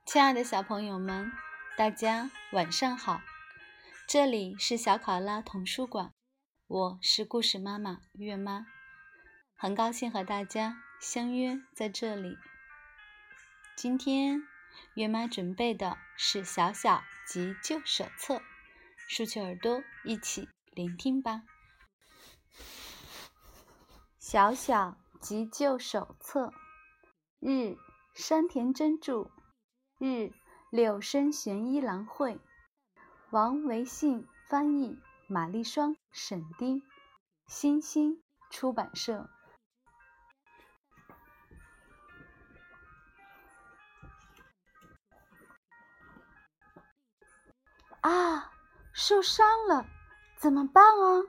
亲爱的小朋友们，大家晚上好！这里是小考拉童书馆，我是故事妈妈月妈，很高兴和大家相约在这里。今天月妈准备的是小小急救手册，竖起耳朵一起聆听吧。小小急救手册，日山田真著，日柳生玄一郎绘，王维信翻译，马丽双审定，新星出版社。啊，受伤了，怎么办啊？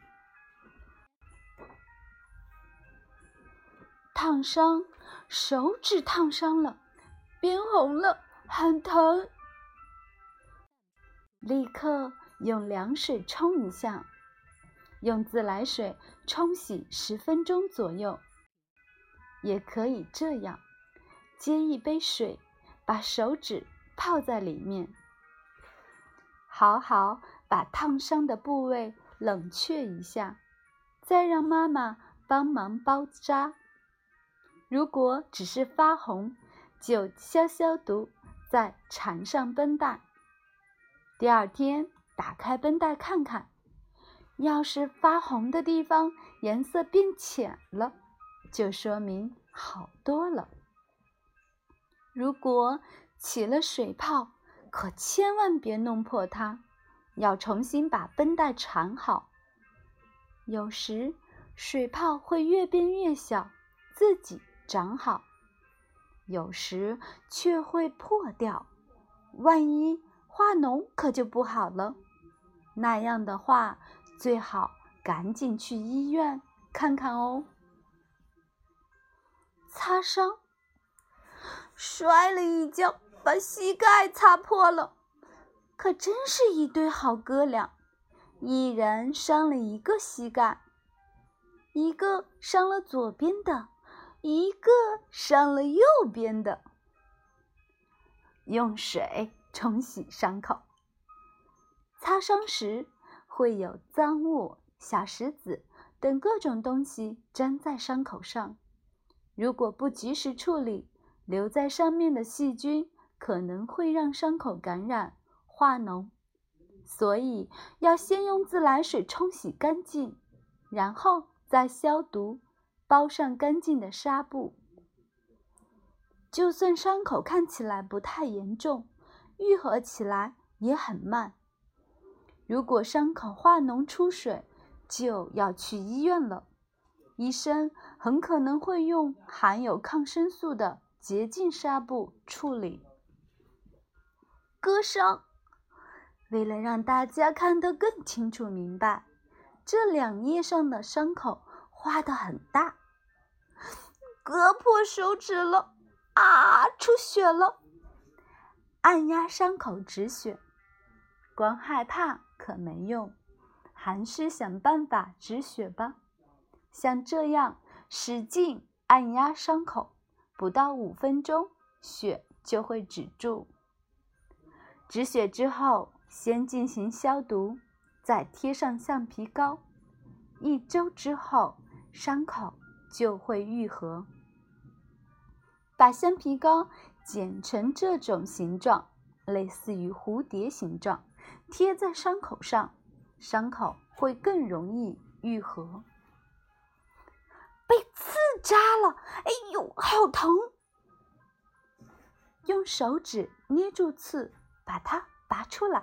烫伤，手指烫伤了，变红了，很疼。立刻用凉水冲一下，用自来水冲洗10分钟左右。也可以这样，接一杯水，把手指泡在里面，好好把烫伤的部位冷却一下，再让妈妈帮忙包扎。如果只是发红，就消毒，再缠上绷带。第二天打开绷带看看，要是发红的地方颜色变浅了，就说明好多了。如果起了水泡，可千万别弄破它，要重新把绷带缠好。有时水泡会越变越小，自己长好，有时却会破掉，万一化脓可就不好了。那样的话，最好赶紧去医院看看哦。擦伤，摔了一跤，把膝盖擦破了，可真是一对好哥俩，一人伤了一个膝盖，一个伤了左边的，一个伤了右边的。用水冲洗伤口，擦伤时会有脏物、小石子等各种东西粘在伤口上，如果不及时处理，留在上面的细菌可能会让伤口感染、化脓，所以要先用自来水冲洗干净，然后再消毒，包上干净的纱布。就算伤口看起来不太严重，愈合起来也很慢。如果伤口化脓出水，就要去医院了。医生很可能会用含有抗生素的洁净纱布处理。割伤，为了让大家看得更清楚明白，这2页上的伤口画得很大。割破手指了，啊，出血了！按压伤口止血，光害怕可没用，还是想办法止血吧。像这样使劲按压伤口，不到5分钟，血就会止住。止血之后，先进行消毒，再贴上橡皮膏。1周之后，伤口就会愈合。把橡皮膏剪成这种形状，类似于蝴蝶形状，贴在伤口上，伤口会更容易愈合。被刺扎了，哎呦，好疼！用手指捏住刺，把它拔出来。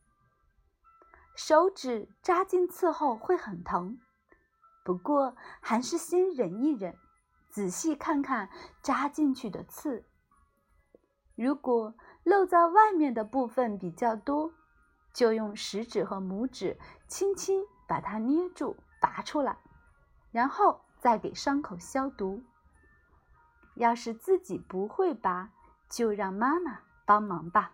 手指扎进刺后会很疼，不过还是先忍一忍，仔细看看扎进去的刺。如果露在外面的部分比较多，就用食指和拇指轻轻把它捏住，拔出来，然后再给伤口消毒。要是自己不会拔，就让妈妈帮忙吧。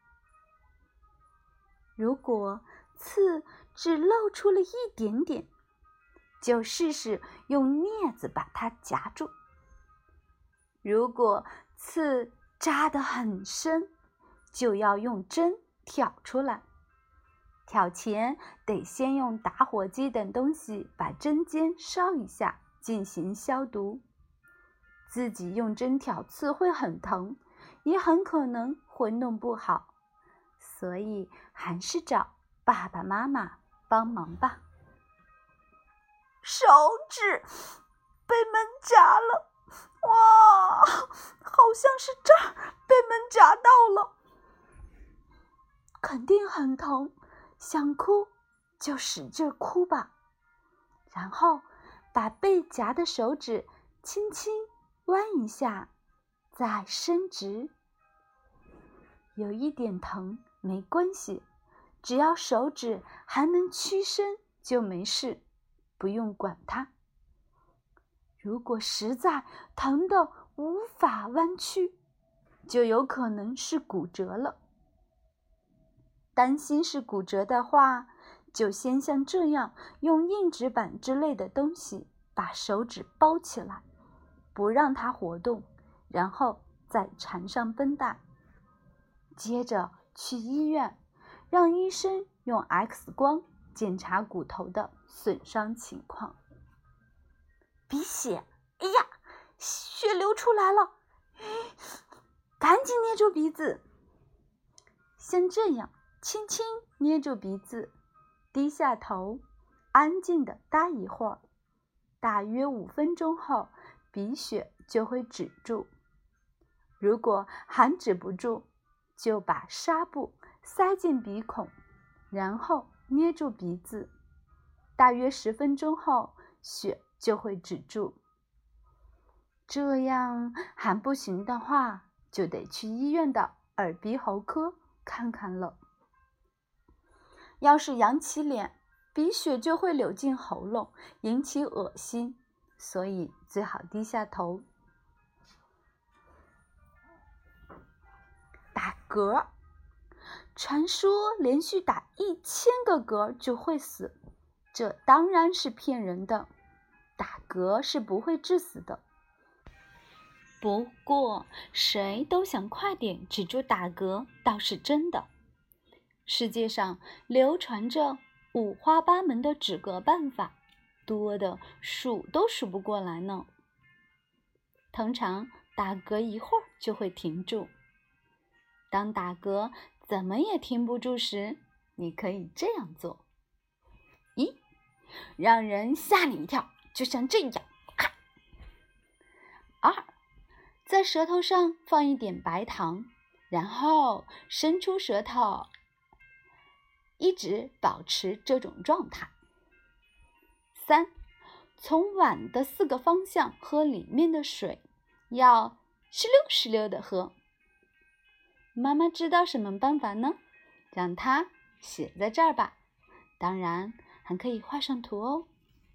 如果刺只露出了一点点，就试试用镊子把它夹住。如果刺扎得很深，就要用针挑出来。挑前得先用打火机等东西把针尖烧一下，进行消毒。自己用针挑刺会很疼，也很可能会弄不好，所以还是找爸爸妈妈帮忙吧。手指被门夹了，哇，好像是这儿被门夹到了，肯定很疼，想哭就使劲哭吧。然后把被夹的手指轻轻弯一下，再伸直。有一点疼没关系，只要手指还能屈伸就没事，不用管它。如果实在疼得无法弯曲，就有可能是骨折了。担心是骨折的话，就先像这样用硬纸板之类的东西把手指包起来，不让它活动，然后再缠上绷带。接着去医院，让医生用 X 光检查骨头的损伤情况。鼻血，哎呀，血流出来了，赶紧捏住鼻子。像这样轻轻捏住鼻子，低下头，安静地待一会儿，大约5分钟后，鼻血就会止住。如果还止不住，就把纱布塞进鼻孔，然后捏住鼻子，大约10分钟后，血就会止住。这样还不行的话，就得去医院的耳鼻喉科看看了。要是扬起脸，鼻血就会流进喉咙，引起恶心，所以最好低下头。打嗝，传说连续打1000个嗝就会死，这当然是骗人的。打嗝是不会致死的。不过，谁都想快点止住打嗝，倒是真的。世界上流传着五花八门的止嗝办法，多的数都数不过来呢。通常打嗝一会儿就会停住。当打嗝怎么也停不住时，你可以这样做。1. 让人吓你一跳，就像这样，咔。2. 在舌头上放一点白糖，然后伸出舌头，一直保持这种状态。3. 从碗的4个方向喝里面的水，要湿溜湿溜的喝。妈妈知道什么办法呢？让它写在这儿吧。当然，还可以画上图哦。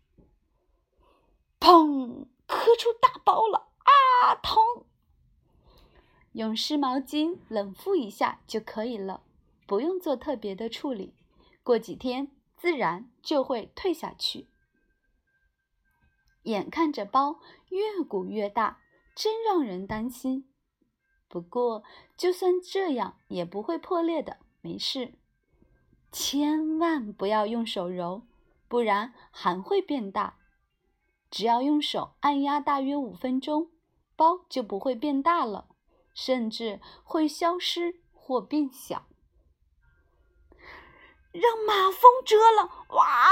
砰！咳出大包了啊，疼！用湿毛巾冷敷一下就可以了，不用做特别的处理，过几天自然就会退下去。眼看着包越鼓越大，真让人担心。不过，就算这样也不会破裂的，没事。千万不要用手揉，不然还会变大。只要用手按压大约5分钟，包就不会变大了，甚至会消失或变小。让马蜂蛰了！哇！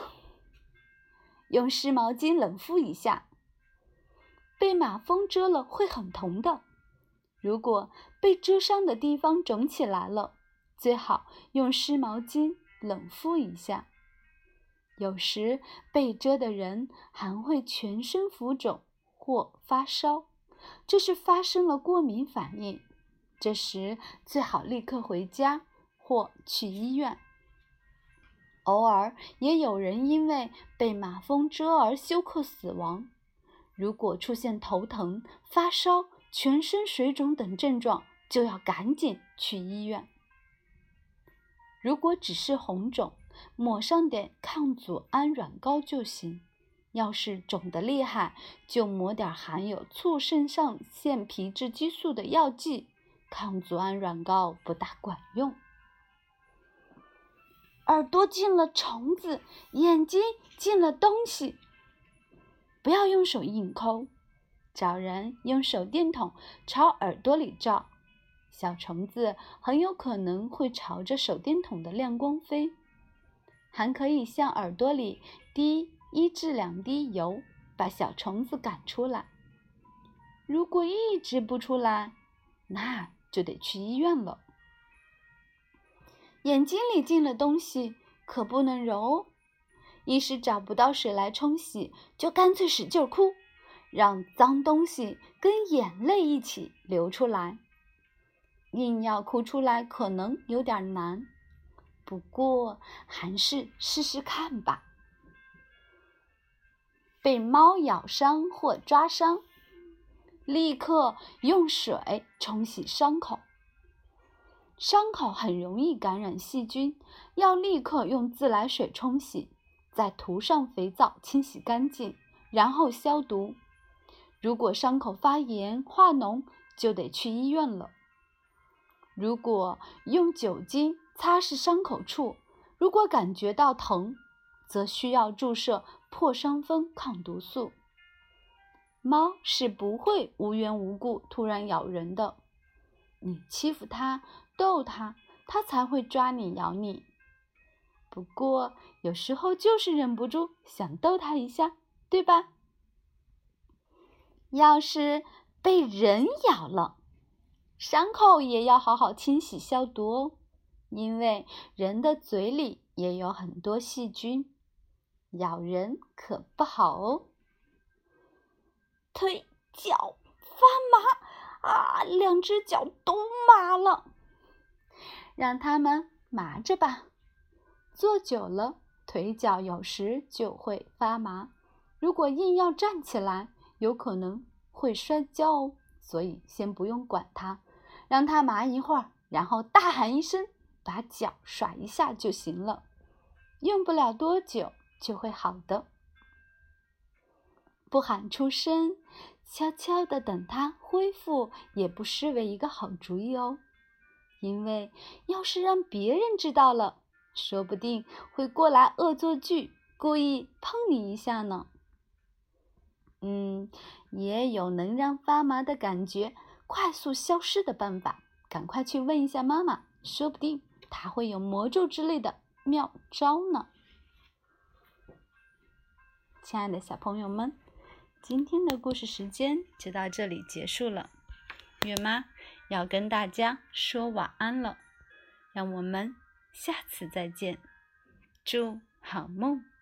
用湿毛巾冷敷一下。被马蜂蛰了会很疼的。如果被蛰伤的地方肿起来了，最好用湿毛巾冷敷一下。有时被蛰的人还会全身浮肿或发烧，这是发生了过敏反应。这时最好立刻回家或去医院。偶尔也有人因为被马蜂蛰而休克死亡。如果出现头疼、发烧、全身水肿等症状，就要赶紧去医院。如果只是红肿，抹上点抗组胺软膏就行， 要是肿得厉害，就抹点含有促肾上腺皮质激素的药剂，抗组胺软膏不大管用。耳朵进了虫子，眼睛进了东西，不要用手硬抠，找人用手电筒朝耳朵里照，小虫子很有可能会朝着手电筒的亮光飞。还可以向耳朵里滴1至2滴油，把小虫子赶出来。如果一直不出来，那就得去医院了。眼睛里进了东西，可不能揉，一时找不到水来冲洗，就干脆使劲哭，让脏东西跟眼泪一起流出来。硬要哭出来可能有点难，不过还是试试看吧。被猫咬伤或抓伤，立刻用水冲洗伤口。伤口很容易感染细菌，要立刻用自来水冲洗，再涂上肥皂清洗干净，然后消毒。如果伤口发炎化脓，就得去医院了。如果用酒精擦拭伤口处，如果感觉到疼，则需要注射破伤风抗毒素。猫是不会无缘无故突然咬人的，你欺负它逗它，它才会抓你咬你。不过有时候就是忍不住想逗它一下，对吧？要是被人咬了，伤口也要好好清洗消毒哦，因为人的嘴里也有很多细菌，咬人可不好哦。腿脚发麻2只脚都麻了，让它们麻着吧。坐久了，腿脚有时就会发麻，如果硬要站起来，有可能会摔跤哦，所以先不用管它，让它麻一会儿，然后大喊一声，把脚甩一下就行了，用不了多久就会好的。不喊出声，悄悄地等它恢复，也不失为一个好主意哦。因为要是让别人知道了，说不定会过来恶作剧，故意碰你一下呢。也有能让发麻的感觉快速消失的办法，赶快去问一下妈妈，说不定她会有魔咒之类的妙招呢。亲爱的小朋友们，今天的故事时间就到这里结束了，月妈要跟大家说晚安了，让我们下次再见，祝好梦。